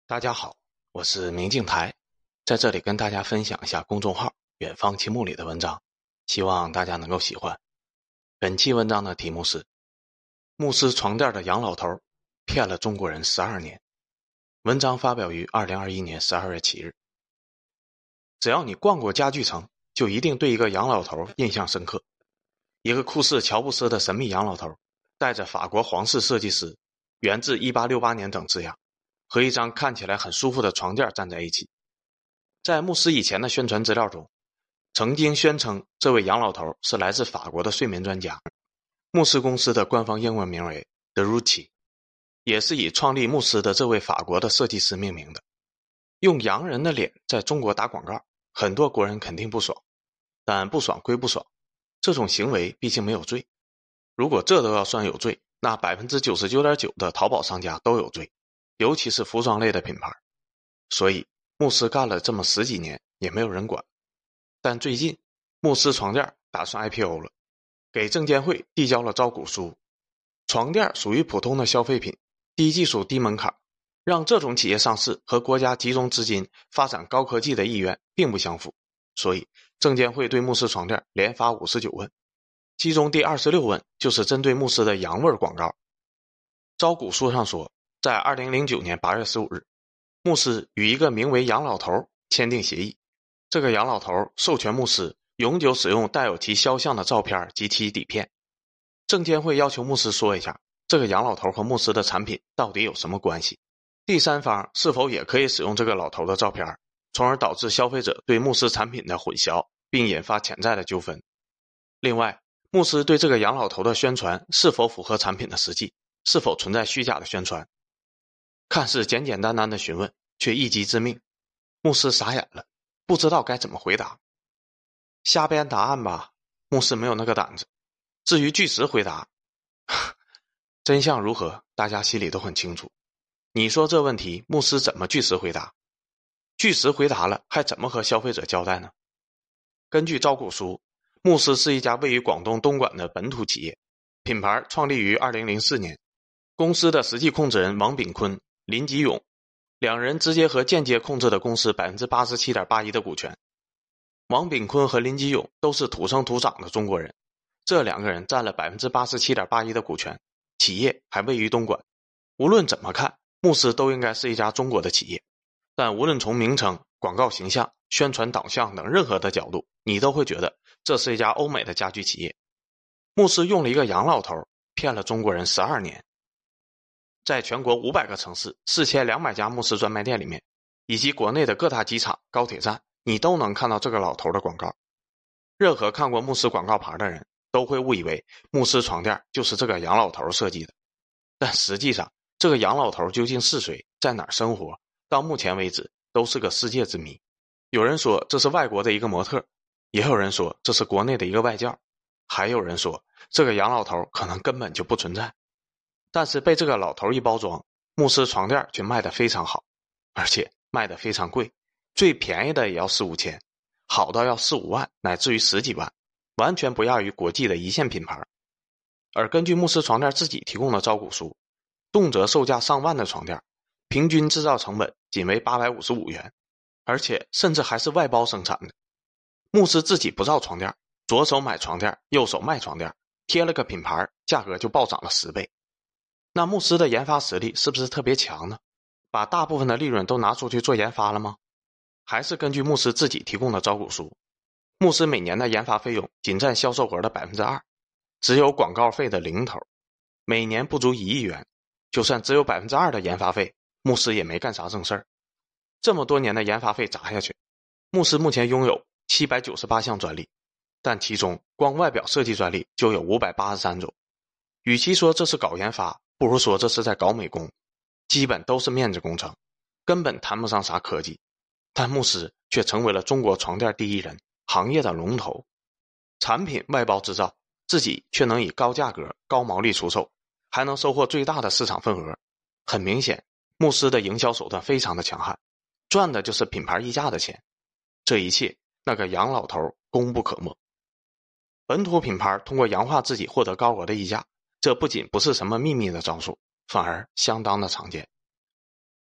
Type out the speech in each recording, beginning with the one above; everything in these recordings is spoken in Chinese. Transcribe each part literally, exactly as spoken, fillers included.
大家好，我是明镜台，在这里跟大家分享一下公众号远方青木里的文章，希望大家能够喜欢。本期文章的题目是慕斯床垫的杨老头骗了中国人十二年。文章发表于二零二一年十二月七日。只要你逛过家具城，就一定对一个杨老头印象深刻。一个酷似乔布斯的神秘杨老头，带着法国皇室设计师源自一八六八年等字样，和一张看起来很舒服的床垫站在一起。在慕斯以前的宣传资料中，曾经宣称这位杨老头是来自法国的睡眠专家。慕斯公司的官方英文名为 The Rucci， 也是以创立慕斯的这位法国的设计师命名的。用洋人的脸在中国打广告，很多国人肯定不爽，但不爽归不爽，这种行为毕竟没有罪。如果这都要算有罪，那 百分之九十九点九 的淘宝商家都有罪，尤其是服装类的品牌。所以慕斯干了这么十几年也没有人管。但最近慕斯床垫打算 I P O 了，给证监会递交了招股书。床垫属于普通的消费品，低技术低门槛，让这种企业上市和国家集中资金发展高科技的意愿并不相符。所以证监会对慕斯床垫连发五十九问，其中第二十六问就是针对慕斯的洋味广告。招股书上说，在二零零九年八月十五日，慕斯与一个名为杨老头签订协议，这个杨老头授权慕斯永久使用带有其肖像的照片及其底片。证监会要求慕斯说一下，这个杨老头和慕斯的产品到底有什么关系，第三方是否也可以使用这个老头的照片，从而导致消费者对慕斯产品的混淆，并引发潜在的纠纷。另外，慕斯对这个杨老头的宣传是否符合产品的实际，是否存在虚假的宣传。看似简简单单的询问，却一击致命。慕斯傻眼了，不知道该怎么回答。瞎编答案吧，慕斯没有那个胆子。至于据实回答，真相如何，大家心里都很清楚。你说这问题慕斯怎么据实回答？据实回答了，还怎么和消费者交代呢？根据招股书，慕斯是一家位于广东东莞的本土企业，品牌创立于二零零四年。公司的实际控制人王炳坤、林吉勇两人直接和间接控制的公司 百分之八十七点八一 的股权。王炳坤和林吉勇都是土生土长的中国人，这两个人占了 百分之八十七点八一 的股权，企业还位于东莞。无论怎么看，慕斯都应该是一家中国的企业，但无论从名称、广告形象、宣传导向等任何的角度，你都会觉得这是一家欧美的家居企业。慕斯用了一个洋老头骗了中国人十二年。在全国五百个城市四千两百家慕斯专卖店里面，以及国内的各大机场、高铁站，你都能看到这个老头的广告。任何看过慕斯广告牌的人都会误以为慕斯床垫就是这个洋老头设计的，但实际上这个洋老头究竟是谁，在哪儿生活，到目前为止都是个世界之谜。有人说这是外国的一个模特，也有人说这是国内的一个外教，还有人说这个洋老头可能根本就不存在。但是被这个老头一包装，慕斯床垫却卖得非常好，而且卖得非常贵，最便宜的也要四五千，好的要四五万乃至于十几万，完全不亚于国际的一线品牌。而根据慕斯床垫自己提供的招股书，动辄售价上万的床垫，平均制造成本仅为八百五十五元，而且甚至还是外包生产的。慕斯自己不造床垫，左手买床垫，右手卖床垫，贴了个品牌，价格就暴涨了十倍。那慕斯的研发实力是不是特别强呢？把大部分的利润都拿出去做研发了吗？还是根据慕斯自己提供的招股书，慕斯每年的研发费用仅占销售额的 百分之二， 只有广告费的零头，每年不足一亿元。就算只有 百分之二 的研发费，慕斯也没干啥正事儿。这么多年的研发费砸下去，慕斯目前拥有七百九十八项专利，但其中光外表设计专利就有五百八十三种。与其说这是搞研发，不如说这是在搞美工，基本都是面子工程，根本谈不上啥科技。但慕斯却成为了中国床垫第一人，行业的龙头。产品外包制造，自己却能以高价格、高毛利出售，还能收获最大的市场份额。很明显，慕斯的营销手段非常的强悍，赚的就是品牌溢价的钱。这一切，那个杨老头功不可没。本土品牌通过洋化自己获得高额的溢价，这不仅不是什么秘密的招数，反而相当的常见。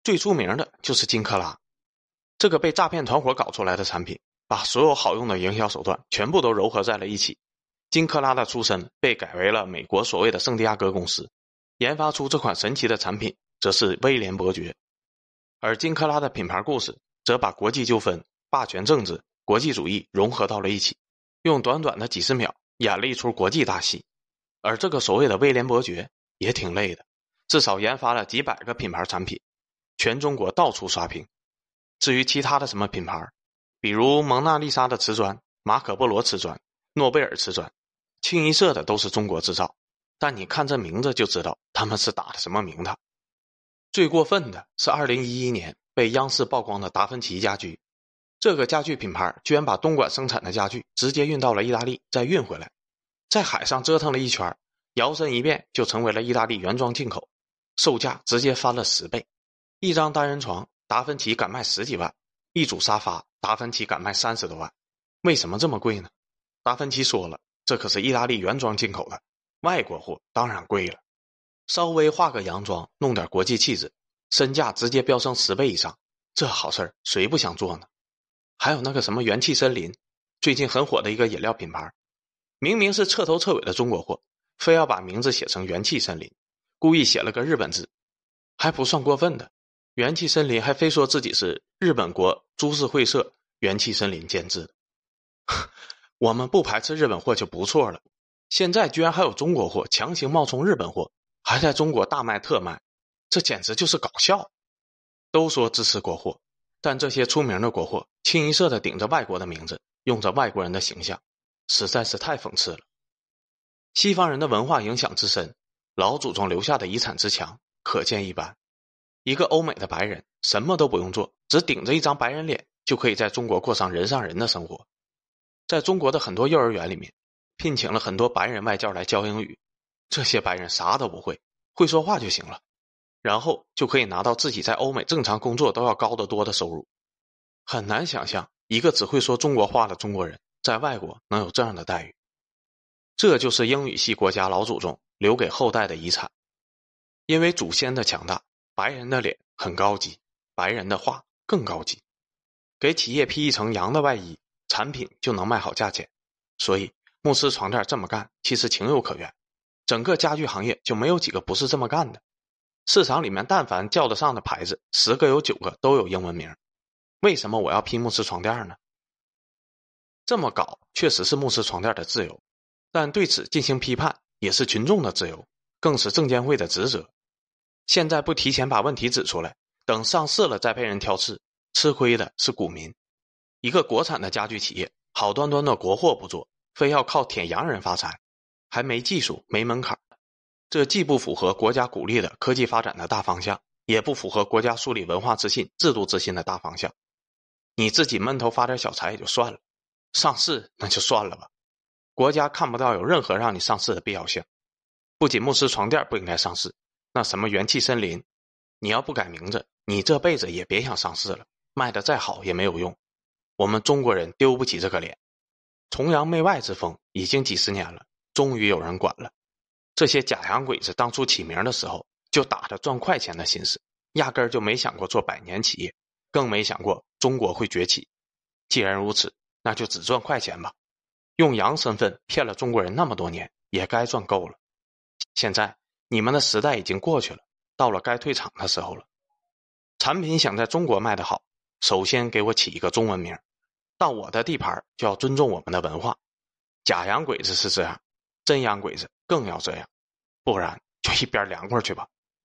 最出名的就是金克拉，这个被诈骗团伙搞出来的产品，把所有好用的营销手段全部都糅合在了一起。金克拉的出身被改为了美国所谓的圣地亚哥公司，研发出这款神奇的产品则是威廉伯爵。而金克拉的品牌故事则把国际纠纷、霸权政治、国际主义融合到了一起，用短短的几十秒演了一出国际大戏。而这个所谓的威廉伯爵也挺累的，至少研发了几百个品牌产品，全中国到处刷屏。至于其他的什么品牌，比如蒙娜丽莎的瓷砖、马可波罗瓷砖、诺贝尔瓷砖，清一色的都是中国制造，但你看这名字就知道他们是打的什么名堂。最过分的是二零一一年被央视曝光的达芬奇家居，这个家具品牌居然把东莞生产的家具直接运到了意大利，再运回来，在海上折腾了一圈，摇身一变就成为了意大利原装进口，售价直接翻了十倍。一张单人床达芬奇敢卖十几万，一组沙发达芬奇敢卖三十多万。为什么这么贵呢？达芬奇说了，这可是意大利原装进口的，外国货当然贵了。稍微化个洋装，弄点国际气质，身价直接飙升十倍以上，这好事儿谁不想做呢？还有那个什么元气森林，最近很火的一个饮料品牌，明明是彻头彻尾的中国货，非要把名字写成元气森林，故意写了个日本字。还不算过分的，元气森林还非说自己是日本国株式会社元气森林监制的。我们不排斥日本货就不错了，现在居然还有中国货强行冒充日本货，还在中国大卖特卖，这简直就是搞笑。都说支持国货，但这些出名的国货清一色的顶着外国的名字，用着外国人的形象，实在是太讽刺了。西方人的文化影响之深，老祖宗留下的遗产之强，可见一斑。一个欧美的白人什么都不用做，只顶着一张白人脸就可以在中国过上人上人的生活。在中国的很多幼儿园里面，聘请了很多白人外教来教英语，这些白人啥都不会，会说话就行了，然后就可以拿到自己在欧美正常工作都要高得多的收入。很难想象一个只会说中国话的中国人在外国能有这样的待遇。这就是英语系国家老祖宗留给后代的遗产。因为祖先的强大，白人的脸很高级，白人的话更高级。给企业披一层羊的外衣，产品就能卖好价钱。所以慕斯床垫这么干其实情有可原，整个家具行业就没有几个不是这么干的。市场里面但凡叫得上的牌子，十个有九个都有英文名。为什么我要披慕斯床垫呢？这么搞确实是慕斯床垫的自由，但对此进行批判也是群众的自由，更是证监会的职责。现在不提前把问题指出来，等上市了再被人挑刺，吃亏的是股民。一个国产的家具企业，好端端的国货不做，非要靠舔洋人发财，还没技术没门槛，这既不符合国家鼓励的科技发展的大方向，也不符合国家树立文化自信制度自信的大方向。你自己闷头发点小财也就算了，上市那就算了吧，国家看不到有任何让你上市的必要性。不仅慕斯床垫不应该上市，那什么元气森林，你要不改名字，你这辈子也别想上市了，卖得再好也没有用。我们中国人丢不起这个脸。崇洋媚外之风已经几十年了，终于有人管了。这些假洋鬼子当初起名的时候就打着赚快钱的心思，压根儿就没想过做百年企业，更没想过中国会崛起。既然如此，那就只赚快钱吧。用洋身份骗了中国人那么多年，也该赚够了。现在你们的时代已经过去了，到了该退场的时候了。产品想在中国卖得好，首先给我起一个中文名，到我的地盘就要尊重我们的文化。假洋鬼子是这样，真洋鬼子更要这样，不然就一边凉快去吧。